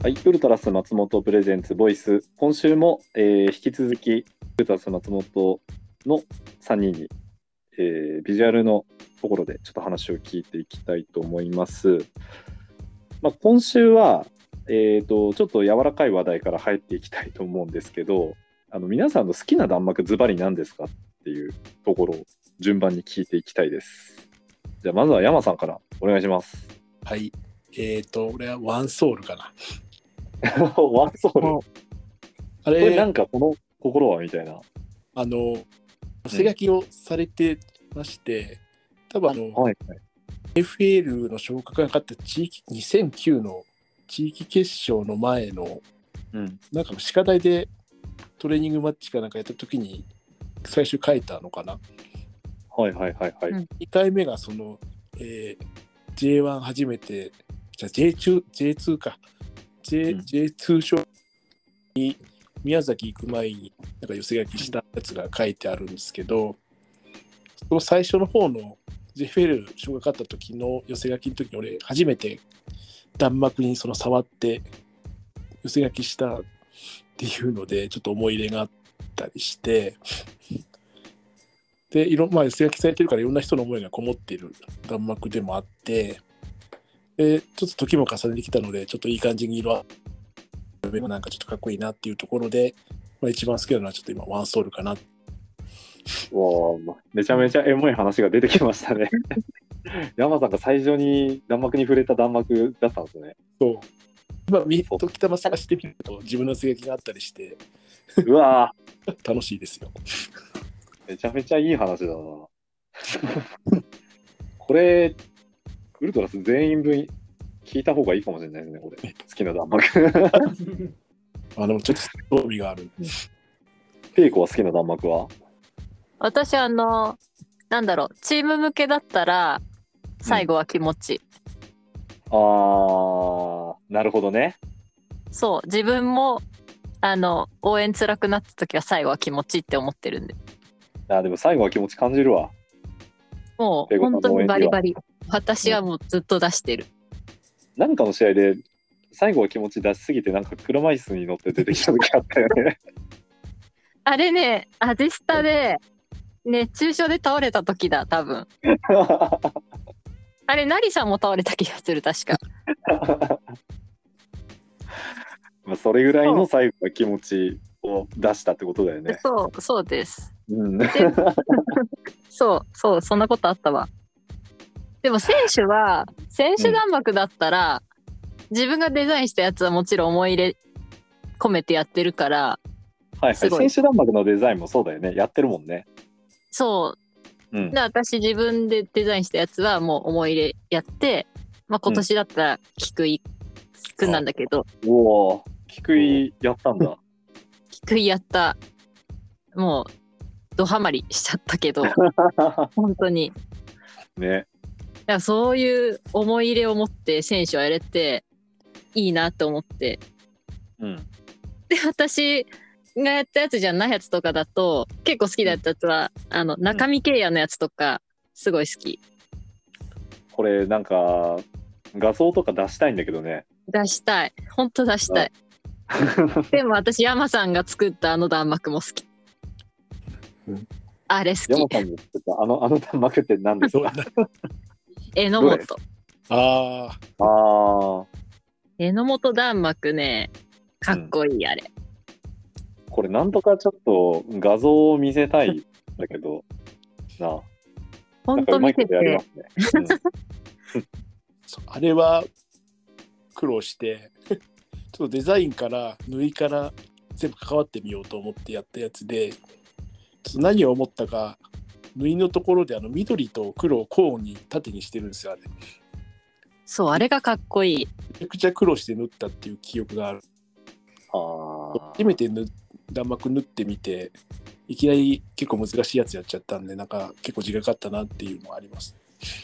はい、ウルトラス松本プレゼンツボイス、今週も、引き続きウルトラス松本の3人に、ビジュアルのところでちょっと話を聞いていきたいと思います。今週は、ちょっと柔らかい話題から入っていきたいと思うんですけど、皆さんの好きな弾幕ズバリ何ですかっていうところを順番に聞いていきたいです。じゃあまずは山さんからお願いします。 はい。俺はワンソウルかな。 ワンソウル。 あこれれ、 なんかこの心はみたいな。 寄せ書きをされてまして、多分はいはい。 FL の昇格がかった地域、2009の地域決勝の前の、なんか歯科大でトレーニングマッチかなんかやった時に最初書いたのかな。 はいはいはいはい。 2回目がその、J1 初めて、じゃあ J2 か。J2 賞に宮崎行く前になんか寄せ書きしたやつが書いてあるんですけど、その最初の方の JFL 賞が勝った時の寄せ書きの時に俺初めて弾幕にその触って寄せ書きしたっていうのでちょっと思い入れがあったりして、で寄せ書きされてるからいろんな人の思いがこもっている弾幕でもあって、でちょっと時も重ねてきたのでちょっといい感じに色なんかちょっとかっこいいなっていうところで、一番好きなのはちょっと今ワンソウルかな。 わあ、めちゃめちゃエモい話が出てきましたね。山さんが最初に弾幕に触れた弾幕だったんですね。 そう。時たま探してみると自分の刺激があったりして、 うわ楽しいですよ。 めちゃめちゃいい話だな。これ、ウルトラス全員分聞いた方がいいかもしれないですね、これ。好きな弾幕。 でもちょっと興味がある。 ペイコは好きな弾幕は？ 私チーム向けだったら最後は気持ち、 なるほどね。 そう自分も応援辛くなった時は最後は気持ちって思ってるんで、 でも最後は気持ち感じるわ。 もう本当にバリバリ私はもうずっと出してる、 なんかの試合で最後は気持ち出しすぎてなんか車椅子に乗って出てきた時あったよね。 あれね、アジスタで熱中症で倒れた時だ多分。あれ成さんも倒れた気がする確か。 それぐらいの最後は気持ちを出したってことだよね。 そうです。 でそうそんなことあったわ。でも選手弾幕だったら、自分がデザインしたやつはもちろん思い入れ込めてやってるから、 はいはい、選手弾幕のデザインもそうだよね、やってるもんね。 そう、で私自分でデザインしたやつはもう思い入れやって、今年だったら菊井くんなんだけど、 おお、菊井やったんだ。 菊井やった。もうドハマりしちゃったけど本当にね。 だからそういう思い入れを持って選手はやれていいなと思って、で私がやったやつじゃないやつとかだと結構好きだったやつは、中見圭也のやつとかすごい好き。 これなんか画像とか出したいんだけどね。 出したい、本当出したい。でも私山さんが作ったあの弾幕も好き。あれ好き。 山さんが作ったあの弾幕って何ですか？ 榎本。榎本弾幕ね、かっこいいあれ。 これなんとかちょっと画像を見せたいんだけどな。 本当見せて。 あれは苦労してちょっとデザインから縫いから全部関わってみようと思ってやったやつで、ちょっと何を思ったか縫いのところで緑と黒を交互に縦にしてるんですよ。あれそう、あれがかっこいい。 めちゃくちゃ苦労して縫ったっていう記憶がある。初めて弾幕縫ってみていきなり結構難しいやつやっちゃったんで、なんか結構時間かかったなっていうのはあります。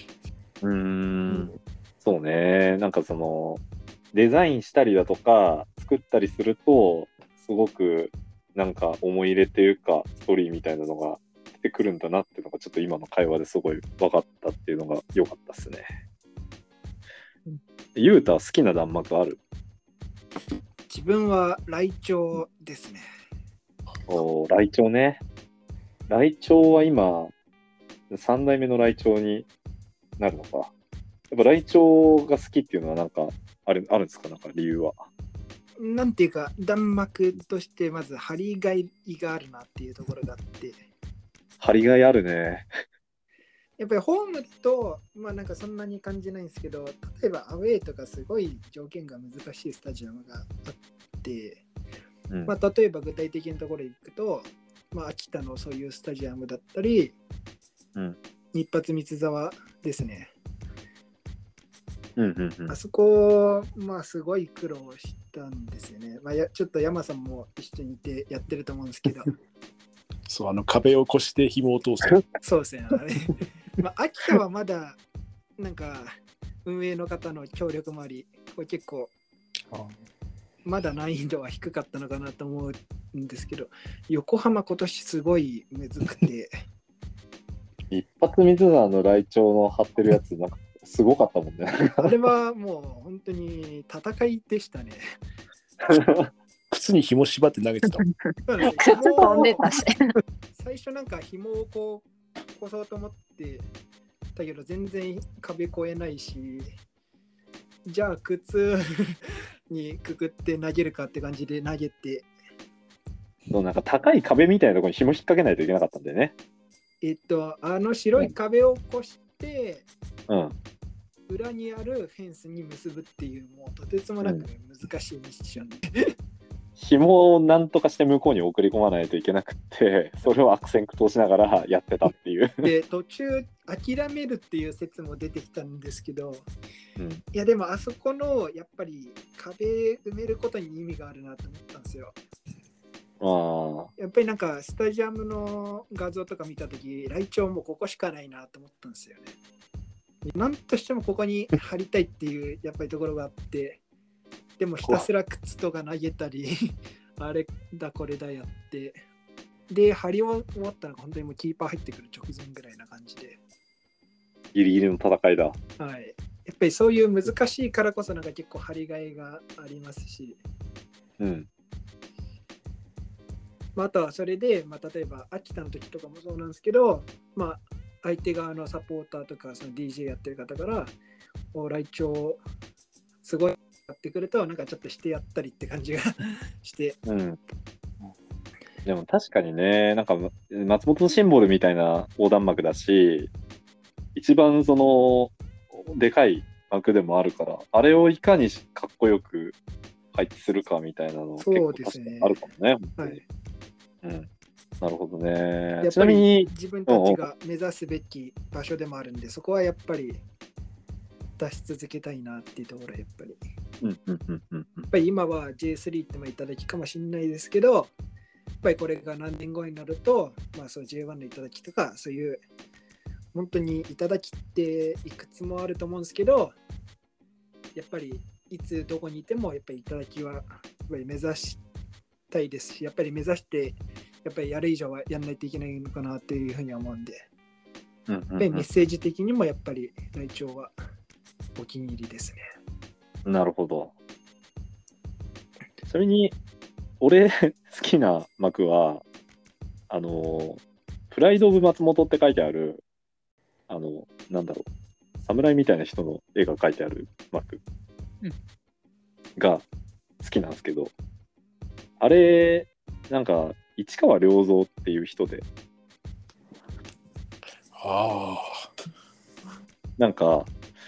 そうね。なんかそのデザインしたりだとか作ったりするとすごくなんか思い入れっていうかストーリーみたいなのが出てくるんだなっていうのがちょっと今の会話ですごい分かったっていうのが良かったですね。ゆうた好きな弾幕ある？ 自分はライチョウですね。 ライチョウね。ライチョウは今、3代目のライチョウになるのか。やっぱライチョウが好きっていうのはなんかあるんですか、なんか理由は。 なんていうか、弾幕としてまず張りがいがあるなっていうところがあって、 張りがいあるね。 やっぱりホームだと、まあなんかそんなに感じないんですけど、例えばアウェーとかすごい条件が難しいスタジアムがあって、まあ例えば具体的なところに行くと、まあ秋田のそういうスタジアムだったり、日発三沢ですね。あそこ、まあすごい苦労したんですよね。まあちょっと山さんも一緒にいてやってると思うんですけど。 そう、壁を越して紐を通す。 そうですね。まあ、秋田はまだなんか運営の方の協力もあり、これ結構まだ難易度は低かったのかなと思うんですけど、横浜今年すごいむずくて。 一発水沢のライチョウの張ってるやつ、なんかすごかったもんね。 あれはもう本当に戦いでしたね。 靴に紐縛って投げてた。 靴飛んでたし。 最初なんか紐をこう越そうと思ってだけど全然壁越えないし、じゃあ靴にくくって投げるかって感じで投げて、 なんか高い壁みたいなところに紐引っ掛けないといけなかったんだよね。 白い壁を越して、 うん裏にあるフェンスに結ぶっていう、もうとてつもなく難しいミッションで、 紐をなんとかして向こうに送り込まないといけなくって、それを悪戦苦闘しながらやってたっていう。 で途中諦めるっていう説も出てきたんですけど、いやでもあそこのやっぱり壁埋めることに意味があるなと思ったんですよ。やっぱりなんかスタジアムの画像とか見たとき、ライチョウもここしかないなと思ったんですよね。なんとしてもここに貼りたいっていうやっぱりところがあって、でもひたすら靴とか投げたりあれだこれだやって、で貼り終わったのが本当にもうキーパー入ってくる直前ぐらいな感じで、 ギリギリの戦いだ。 はい、やっぱりそういう難しいからこそなんか結構張りがいがありますし、まあ、あとはそれで、まあ、例えば秋田の時とかもそうなんですけど、まあ相手側のサポーターとかその DJ やってる方からライチョウすごいやってくるとなんかちょっとしてやったりって感じがして、 でも確かにね、なんか松本のシンボルみたいな横断幕だし、一番そのでかい幕でもあるから、あれをいかにかっこよく配置するかみたいなの結構確かにあるかもね。 はい、 なるほどね。 ちなみに自分たちが目指すべき場所でもあるんで、そこはやっぱり出し続けたいなっていうところはやっぱり。やっぱり今は J3 っていただきかもしれないですけど、やっぱりこれが何年後になると、まあ、そう J1 のいただきとか、そういう本当にいただきっていくつもあると思うんですけど、やっぱりいつどこにいてもやっぱりいただきはやっぱり目指したいですし、やっぱり目指してやっぱりやる以上はやんないといけないのかなっていうふうに思うんで、やっぱりメッセージ的にもやっぱりライチョウはお気に入りですね。 なるほど。ちなみに俺好きな幕はプライド・オブ・松本って書いてあるなんだろう、侍みたいな人の絵が描いてある幕が好きなんですけど、あれなんか市川良三っていう人で、なんか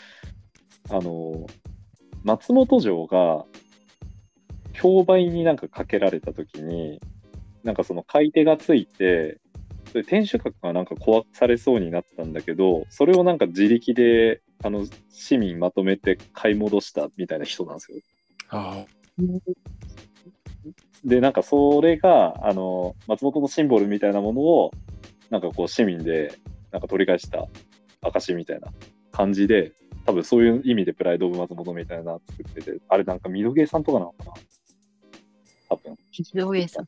松本城が競売になんかかけられた時に、なんかその買い手がついて、それ天守閣がなんか壊されそうになったんだけど、それをなんか自力で市民まとめて買い戻したみたいな人なんですよ。でなんかそれが松本のシンボルみたいなものをなんかこう市民でなんか取り返した証みたいな感じで、多分そういう意味でプライド・オブ・松本みたいな作ってて、あれなんかミドゲーさんとかなのかな、多分。 ミドゲーさん。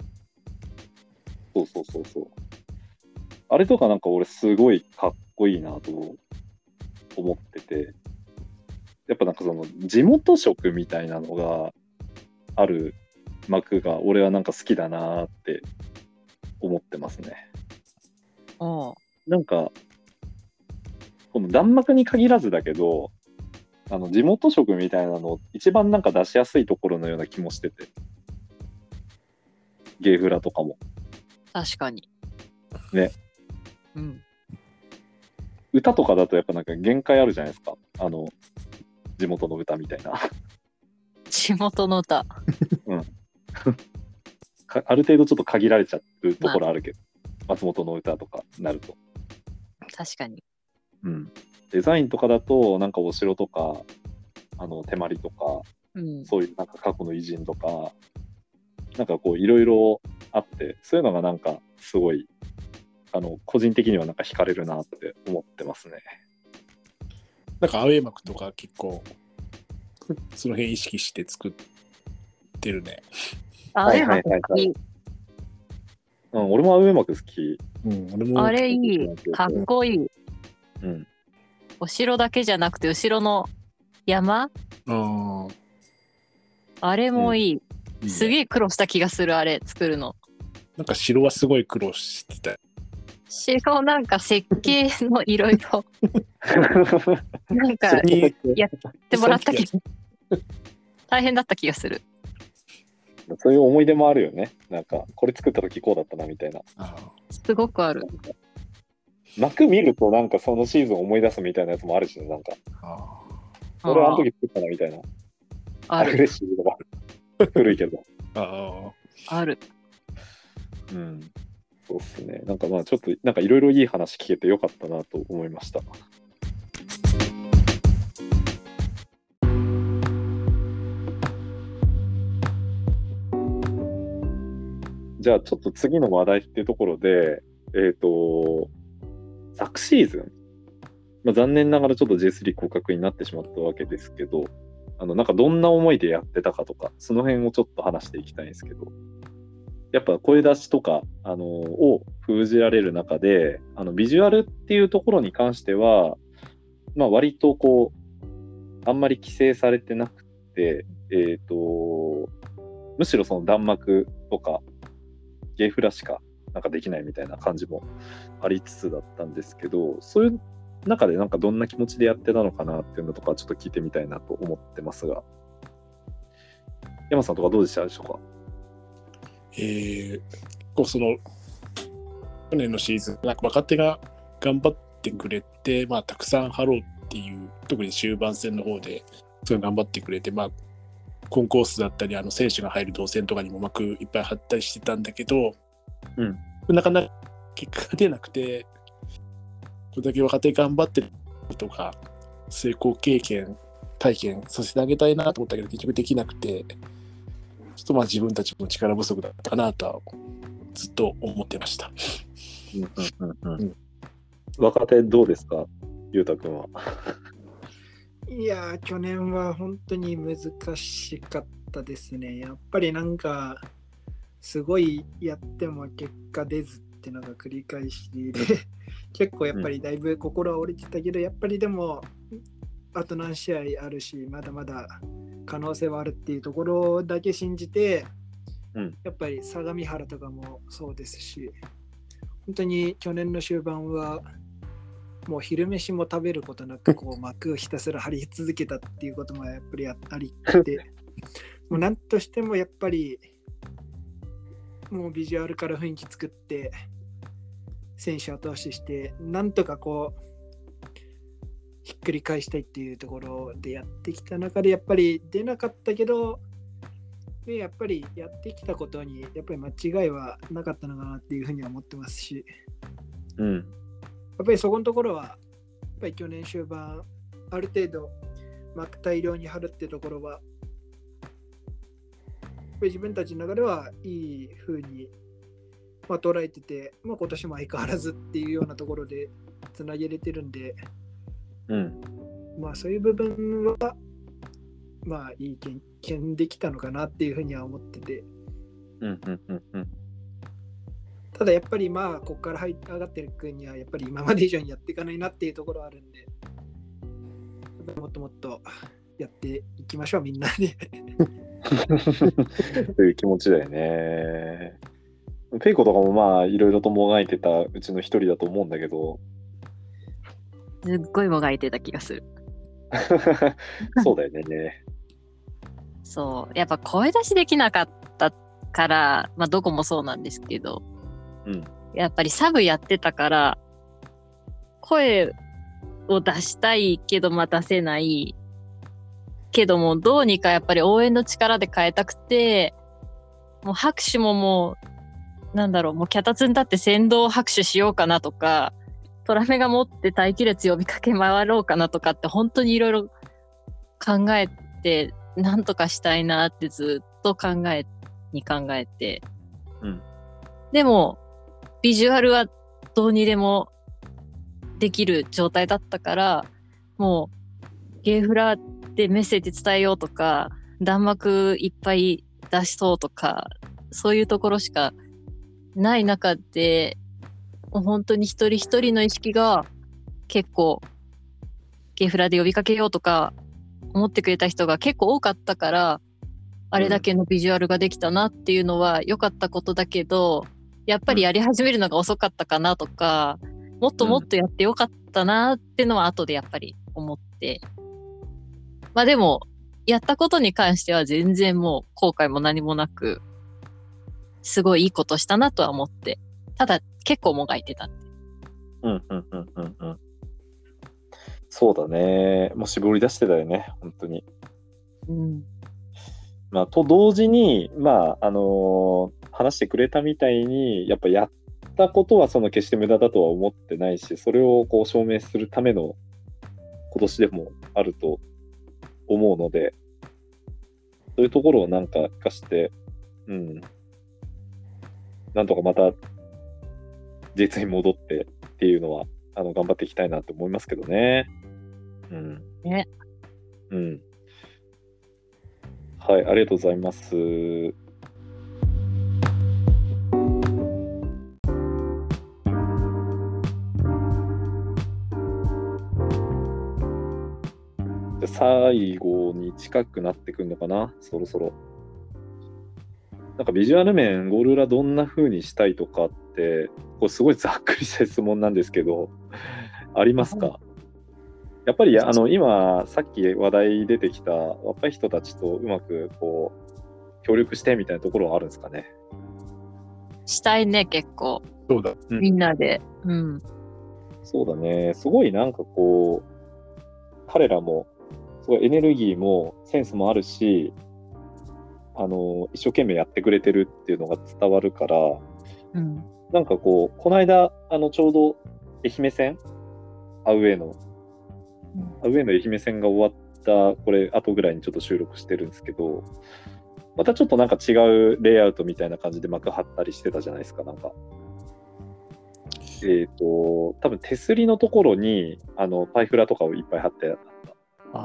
そう。あれとかなんか俺すごいかっこいいなと思ってて、やっぱなんかその地元色みたいなのがある幕が俺はなんか好きだなって思ってますね。なんかこの弾幕に限らずだけど、地元色みたいなの一番なんか出しやすいところのような気もしてて、ゲーフラとかも確かにね。 うん。 歌とかだとやっぱなんか限界あるじゃないですか。地元の歌みたいな。 地元の歌。 うん。ある程度ちょっと限られちゃうところあるけど、松本の歌とかなると。 確かに。 うん。デザインとかだとなんかお城とか手まりとか、 うん、 そういうなんか過去の偉人とかなんかこういろいろあって、そういうのがなんかすごい個人的にはなんか惹かれるなって思ってますね。 なんかアウェー幕とか結構その辺意識して作ってるね。 アウェー幕好き。 うん、俺もアウェー幕好き。 うん、俺もあれいい。かっこいい。 うん。 お城だけじゃなくて後ろの山、あれもいい。うん、すげえ苦労した気がする、あれ作るの。 なんか城はすごい苦労してた。 城なんか設計のいろいろなんかやってもらったけど大変だった気がする。 そういう思い出もあるよね。なんかこれ作った時こうだったなみたいな。 すごくある。 幕見るとなんかそのシーズン思い出すみたいなやつもあるしね。なんか俺あの時作ったなみたいな。 ある。 嬉しいとか古いけど。 ある。 うん。そうっすね。なんかまあちょっとなんかいろいろいい話聞けてよかったなと思いました。じゃあちょっと次の話題っていうところで、昨シーズン、残念ながらちょっと J3 降格になってしまったわけですけど、なんかどんな思いでやってたかとか、その辺をちょっと話していきたいんですけど、やっぱ声出しとか、を封じられる中で、ビジュアルっていうところに関しては、割とこう、あんまり規制されてなくて、むしろその弾幕とか、ゲーフラしかなんかできないみたいな感じもありつつだったんですけど、そういう中でなんかどんな気持ちでやってたのかなっていうのとかちょっと聞いてみたいなと思ってますが、山さんとかどうでしたでしょうか？ その去年のシーズン、なんか若手が頑張ってくれて、たくさんハローっていう、特に終盤戦の方ですごい頑張ってくれて、コンコースだったり選手が入る動線とかにも幕いっぱい張ったりしてたんだけど、なかなか結果が出なくて、これだけ若手頑張ってるとか成功経験体験させてあげたいなと思ったけど結局できなくて、ちょっと自分たちも力不足だったかなとはずっと思ってました。 若手どうですか、ゆうたくんは？ いや去年は本当に難しかったですね。やっぱりなんかすごいやっても結果出ずっていうのが繰り返しで結構やっぱりだいぶ心は折れてたけど、やっぱりでもあと何試合あるしまだまだ可能性はあるっていうところだけ信じて、やっぱり相模原とかもそうですし、本当に去年の終盤はもう昼飯も食べることなくこう幕をひたすら張り続けたっていうこともやっぱりありってもう何としてもやっぱりもうビジュアルから雰囲気作って選手を後押ししてなんとかこうひっくり返したいっていうところでやってきた中でやっぱり出なかったけど、やっぱりやってきたことにやっぱり間違いはなかったのかなっていうふうには思ってますし、やっぱりそこのところはやっぱり去年終盤ある程度幕大量に張るってところはやっぱり自分たちの中ではいいふうに捉えてて、今年も相変わらずっていうようなところでつなげれてるんで、そういう部分はいい経験できたのかなっていうふうには思ってて、ただやっぱりここから上がっていくにはやっぱり今まで以上にやっていかないなっていうところはあるんで、もっともっとやっていきましょうみんなでという気持ちだよね。ペイコとかもまあいろいろともがいてたうちの一人だと思うんだけど。 すっごいもがいてた気がする。 そうだよね。 そう。やっぱ声出しできなかったから、まあどこもそうなんですけど、やっぱりサブやってたから、声を出したいけどまあ出せないけども、どうにかやっぱり応援の力で変えたくて、もう拍手ももう、なんだろう、もう脚立に立って先導拍手しようかなとか、トラメが持って待機列呼びかけ回ろうかなとかって本当にいろいろ考えて、なんとかしたいなってずっと考えて、でもビジュアルはどうにでもできる状態だったから、もうゲーフラでメッセージ伝えようとか、弾幕いっぱい出しそうとか、そういうところしかない中で、もう本当に一人一人の意識が結構ゲーフラで呼びかけようとか思ってくれた人が結構多かったから、あれだけのビジュアルができたなっていうのは良かったことだけど、やっぱりやり始めるのが遅かったかなとか、もっともっとやってよかったなってのは後でやっぱり思って、まあでもやったことに関しては全然もう後悔も何もなく、すごいいいことしたなとは思って、ただ結構もがいてた。 そうだね。もう絞り出してたよね、本当に。まあと同時に、まあ話してくれたみたいに、やっぱやったことはその決して無駄だとは思ってないし、それをこう証明するための今年でもあると思うので、そういうところをなんか生かして、なんとかまた J2 に戻ってっていうのは頑張っていきたいなと思いますけどね。 ね。 はい、ありがとうございます。最後に近くなってくるのかな、そろそろ。なんかビジュアル面、ゴール裏どんな風にしたいとかって、これすごいざっくりした質問なんですけど、ありますか？やっぱり今、さっき話題出てきた若い人たちとうまくこう協力してみたいなところはあるんですかね？ したいね、結構。 そうだ。 みんなで。 そうだね。すごいなんかこう、彼らも、すごいエネルギーもセンスもあるし、一生懸命やってくれてるっていうのが伝わるから、なんかこう、この間、ちょうど愛媛戦、アウェーの愛媛戦が終わった、これ、後ぐらいにちょっと収録してるんですけど、またちょっとなんか違うレイアウトみたいな感じで幕張ったりしてたじゃないですか、なんか。多分手すりのところに、パイフラとかをいっぱい貼ってあった。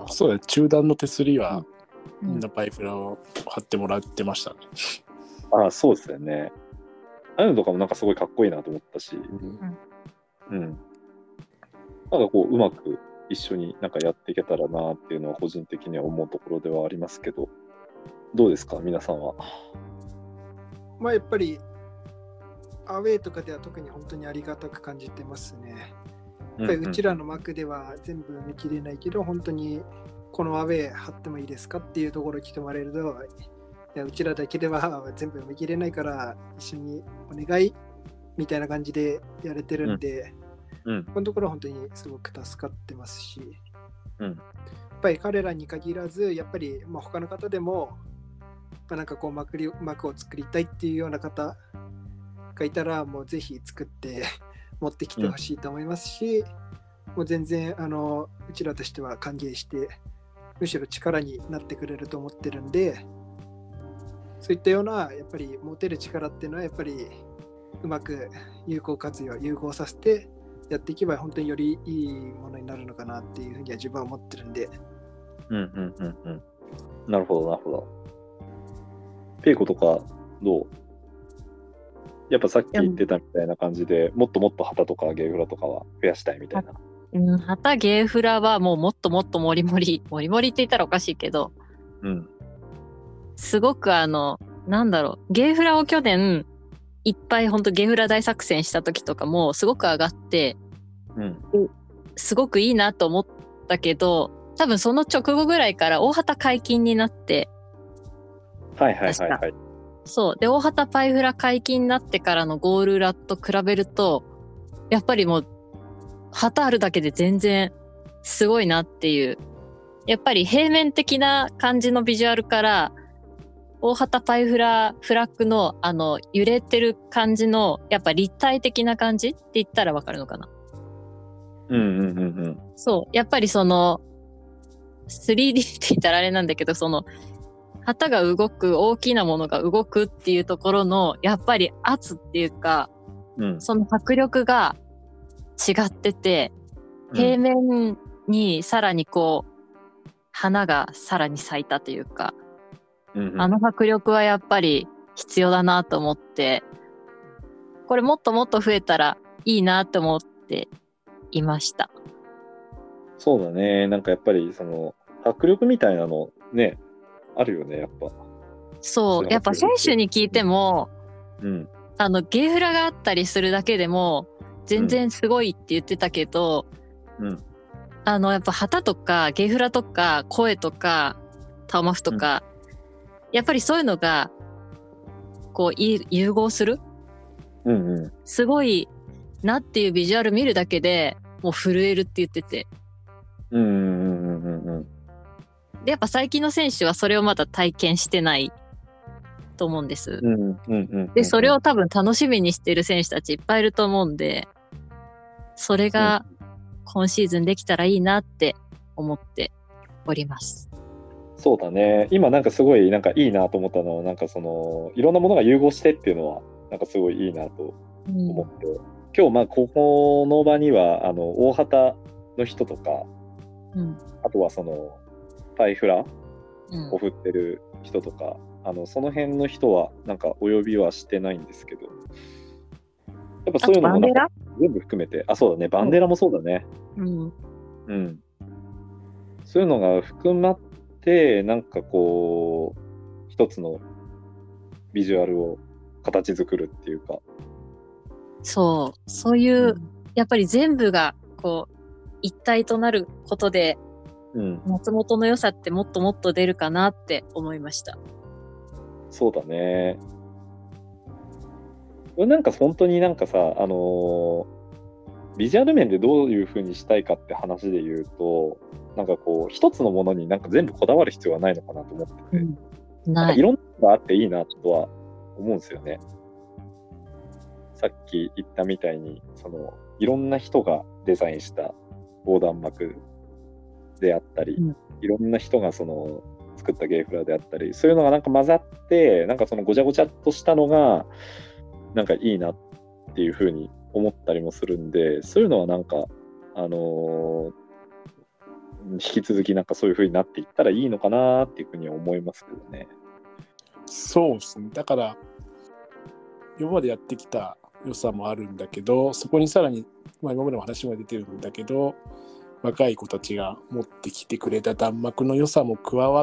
そうだ、中段の手すりは、みんなパイフラを貼ってもらってましたね。 そうですよね。ああいうのとかもなんかすごいかっこいいなと思ったし、なんかこう、うまく一緒になんかやっていけたらなっていうのは個人的には思うところではありますけど、どうですか、皆さんは。 まあやっぱりアウェーとかでは特に本当にありがたく感じてますね。やっぱりうちらの幕では全部見切れないけど、本当にこのアウェー貼ってもいいですかっていうところ来てもらえると、いやうちらだけでは全部見切れないから一緒にお願いみたいな感じでやれてるんで、このところは本当にすごく助かってますし、やっぱり彼らに限らず、やっぱり他の方でも、なんかこう幕を作りたいっていうような方がいたら、もうぜひ作って持ってきてほしいと思いますし、もう全然うちらとしては歓迎して、むしろ力になってくれると思ってるんで、そういったようなやっぱり持てる力っていうのはやっぱりうまく有効活用、融合させてやっていけば本当によりいいものになるのかなっていうふうには自分は思ってるんで。 なるほどなるほど。ペイコとかどう？やっぱさっき言ってたみたいな感じで、もっともっと旗とかゲーフラとかは増やしたいみたいな。 旗ゲーフラはもうもっともっともりもりって言ったらおかしいけど、 すごくなんだろう、ゲーフラを去年いっぱい本当ゲーフラ大作戦した時とかもすごく上がって、 うん、 すごくいいなと思ったけど、多分その直後ぐらいから大畑解禁になって、 はいはいはいはい。 そうで大畑パイフラ解禁になってからのゴール裏と比べると、やっぱりもう旗あるだけで全然すごいなっていう、やっぱり平面的な感じのビジュアルから大畑パイフラフラッグの揺れてる感じのやっぱ立体的な感じって言ったらわかるのかな。 うんうんうんうん。 そうやっぱりその 3D って言ったらあれなんだけど、その旗が動く、大きなものが動くっていうところのやっぱり圧っていうか、 うん、 その迫力が違ってて、平面にさらにこう花がさらに咲いたというか、あの迫力はやっぱり必要だなと思って、これもっともっと増えたらいいなと思っていました。 そうだね。なんかやっぱりその迫力みたいなのね、あるよね、やっぱ。 そう、やっぱ選手に聞いても、ゲーフラがあったりするだけでも全然すごいって言ってたけど、やっぱ旗とかゲーフラとか声とかタオマフとか、やっぱりそういうのがこう融合する、すごいなっていうビジュアル見るだけでもう震えるって言ってて、でやっぱ最近の選手はそれをまだ体験してないと思うんです。でそれを多分楽しみにしてる選手たちいっぱいいると思うんで、それが今シーズンできたらいいなって思っております。 そうだね。今なんかすごいなんかいいなと思ったのは、なんかそのいろんなものが融合してっていうのはなんかすごいいいなと思って、今日まあここの場には大畑の人とか、あとはそのパイフラを振ってる人とか、その辺の人はなんかお呼びはしてないんですけど、やっぱそういうのもなんか全部含めて、そうだね、バンデラもそうだね。そういうのが含まってなんかこう一つのビジュアルを形作るっていうか、 そういう、やっぱり全部がこう一体となることで、松本の良さってもっともっと出るかなって思いました。 そうだね。なんか本当になんかさ、ビジュアル面でどういう風にしたいかって話で言うと、なんかこう一つのものになんか全部こだわる必要はないのかなと思ってて、なんかいろんなのがあっていいなとは思うんですよね。さっき言ったみたいに、そのいろんな人がデザインした横断幕であったり、いろんな人がその作ったゲーフラであったり、そういうのがなんか混ざって、なんかそのごちゃごちゃっとしたのがなんかいいなっていう風に思ったりもするんで、そういうのはなんか引き続きなんかそういう風になっていったらいいのかなっていう風には思いますけどね。 そうですね。だから今までやってきた良さもあるんだけど、そこにさらに、今までの話も出てるんだけど、若い子たちが持ってきてくれた弾幕の良さも加わって、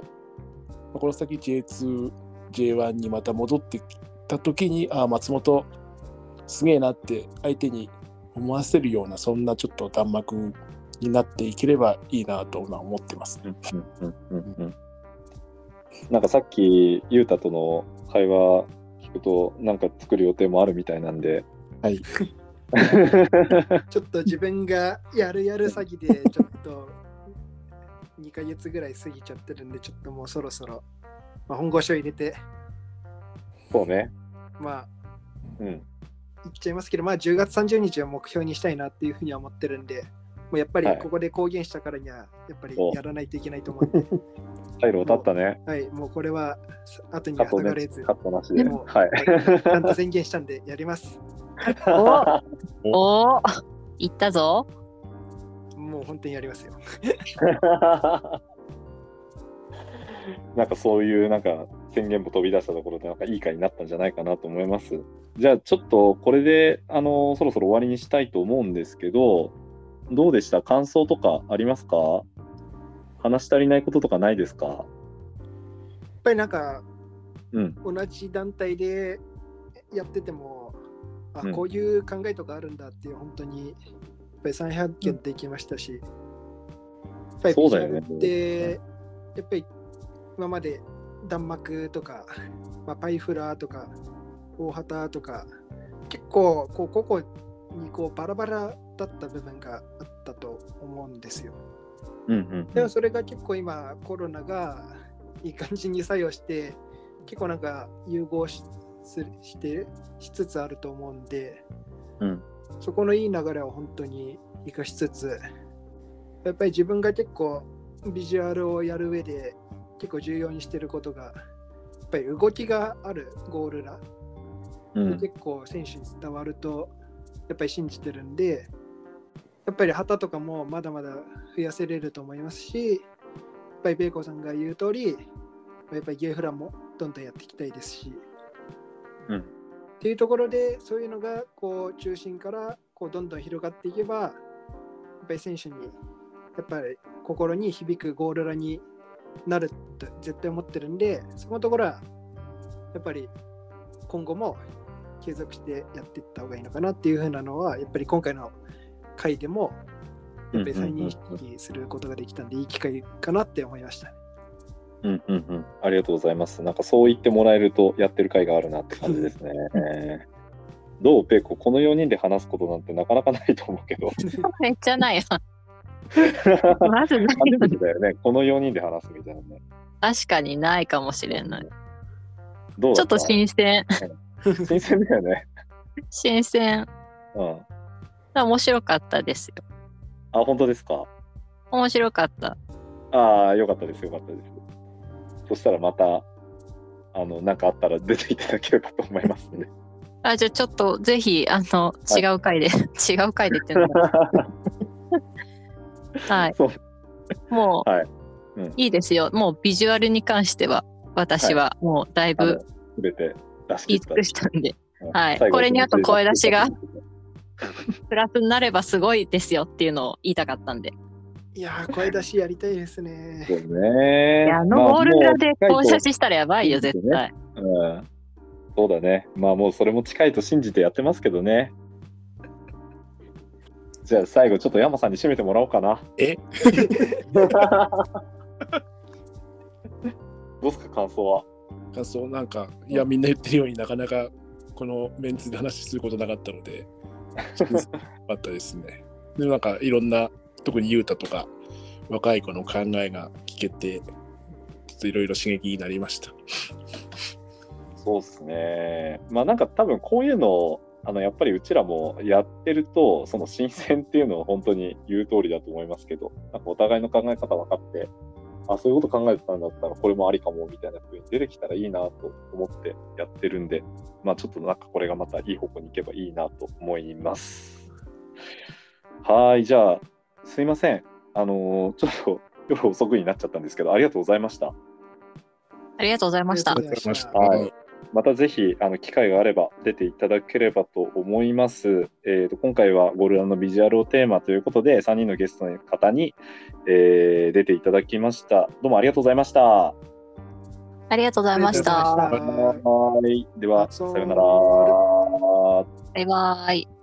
この先 J2、J1 にまた戻ってきた時に、松本すげえなって相手に思わせるような、そんなちょっと弾幕になっていければいいなと思ってます。 なんかさっきゆうたとの会話聞くと、なんか作る予定もあるみたいなんで、 はい。 ちょっと自分がやる詐欺でちょっと2ヶ月ぐらい過ぎちゃってるんで、ちょっともうそろそろ、本腰を入れて、 そうね、 言っちゃいますけど、10月30日は目標にしたいなっていうふうには思ってるんで、もうやっぱりここで公言したからにはやっぱりやらないといけないと思うんで、 退路を断ったね。 はい、もうこれは後には流れず、 カットなしで、 もうちゃんと宣言したんでやります。 お言ったぞ。 もう本当にやりますよ。 なんかそういうなんか宣言も飛び出したところでなんかいい回になったんじゃないかなと思います。じゃあちょっとこれでそろそろ終わりにしたいと思うんですけど、どうでした？感想とかありますか？話し足りないこととかないですか？ ぱりなんか、 うん、 同じ団体でやってても、 うんこういう考えとかあるんだっていう、本当にやっぱり再発見できましたし、やっぱりビジュアルって、やっぱり今まで弾幕とか、パイフラーとか大旗とか結構こう個々にこうバラバラだった部分があったと思うんですよ。でもそれが結構今コロナがいい感じに作用して結構なんか融合しつつあると思うんで、そこのいい流れを本当に生かしつつ、やっぱり自分が結構ビジュアルをやる上で結構重要にしてることがやっぱり動きがあるゴールラ、結構選手に伝わるとやっぱり信じてるんで、やっぱり旗とかもまだまだ増やせれると思いますし、やっぱりベイコーさんが言う通りやっぱりゲーフランもどんどんやっていきたいですし、っていうところでそういうのがこう中心からこうどんどん広がっていけば、やっぱり選手にやっぱり心に響くゴールラになると絶対思ってるんで、そこのところはやっぱり今後も継続してやっていった方がいいのかなっていう風なのはやっぱり今回の回でもやっぱり再認識することができたんで、いい機会かなって思いました。 ありがとうございます。なんかそう言ってもらえるとやってる回があるなって感じですね。どうペイコ、この4人で話すことなんてなかなかないと思うけど。 めっちゃないよ。まずない初めてだよね。この4人で話すみたいなね。 確かにないかもしれない。 どうだった？ ちょっと新鮮。 新鮮だよね。 新鮮。面白かったですよ。 あ、本当ですか？ 面白かった。 ああ、よかったです、よかったです。そしたらまた、なんかあったら出ていただければと思いますので。 じゃあちょっとぜひ、違う回で、違う回でっていうのが。はい。もう、いいですよ。もうビジュアルに関しては、私はもうだいぶ全て言い尽くしたんで、はい。これにあと声出しがプラスになればすごいですよっていうのを言いたかったんで。 いやー、声出しやりたいですね。 そうね。 ゴール裏で声出ししたらやばいよ、絶対。 そうだね。まあもうそれも近いと信じてやってますけどね。じゃあ最後ちょっと山さんに締めてもらおうかな。どうすか、感想は？ 感想なんか、いやみんな言ってるようになかなかこのメンツで話することなかったので、あったですね。でなんかいろんな特にユータとか若い子の考えが聞けて、ちょっといろいろ刺激になりました。 そうですね。まあなんか多分こういうのやっぱりうちらもやってるとその新鮮っていうのは本当に言う通りだと思いますけど、なんかお互いの考え方分かって、そういうこと考えてたんだったらこれもありかもみたいな風に出てきたらいいなと思ってやってるんで、まあちょっとなんかこれがまたいい方向に行けばいいなと思います。はい、じゃあすいません。ちょっと夜遅くになっちゃったんですけど、ありがとうございました。 ありがとうございました。 はい。またぜひ機会があれば出ていただければと思います。今回はゴールラのビジュアルをテーマということで3人のゲストの方に、出ていただきました。どうもありがとうございました。 ありがとうございました。 はい。ではさようなら。 バイバイ。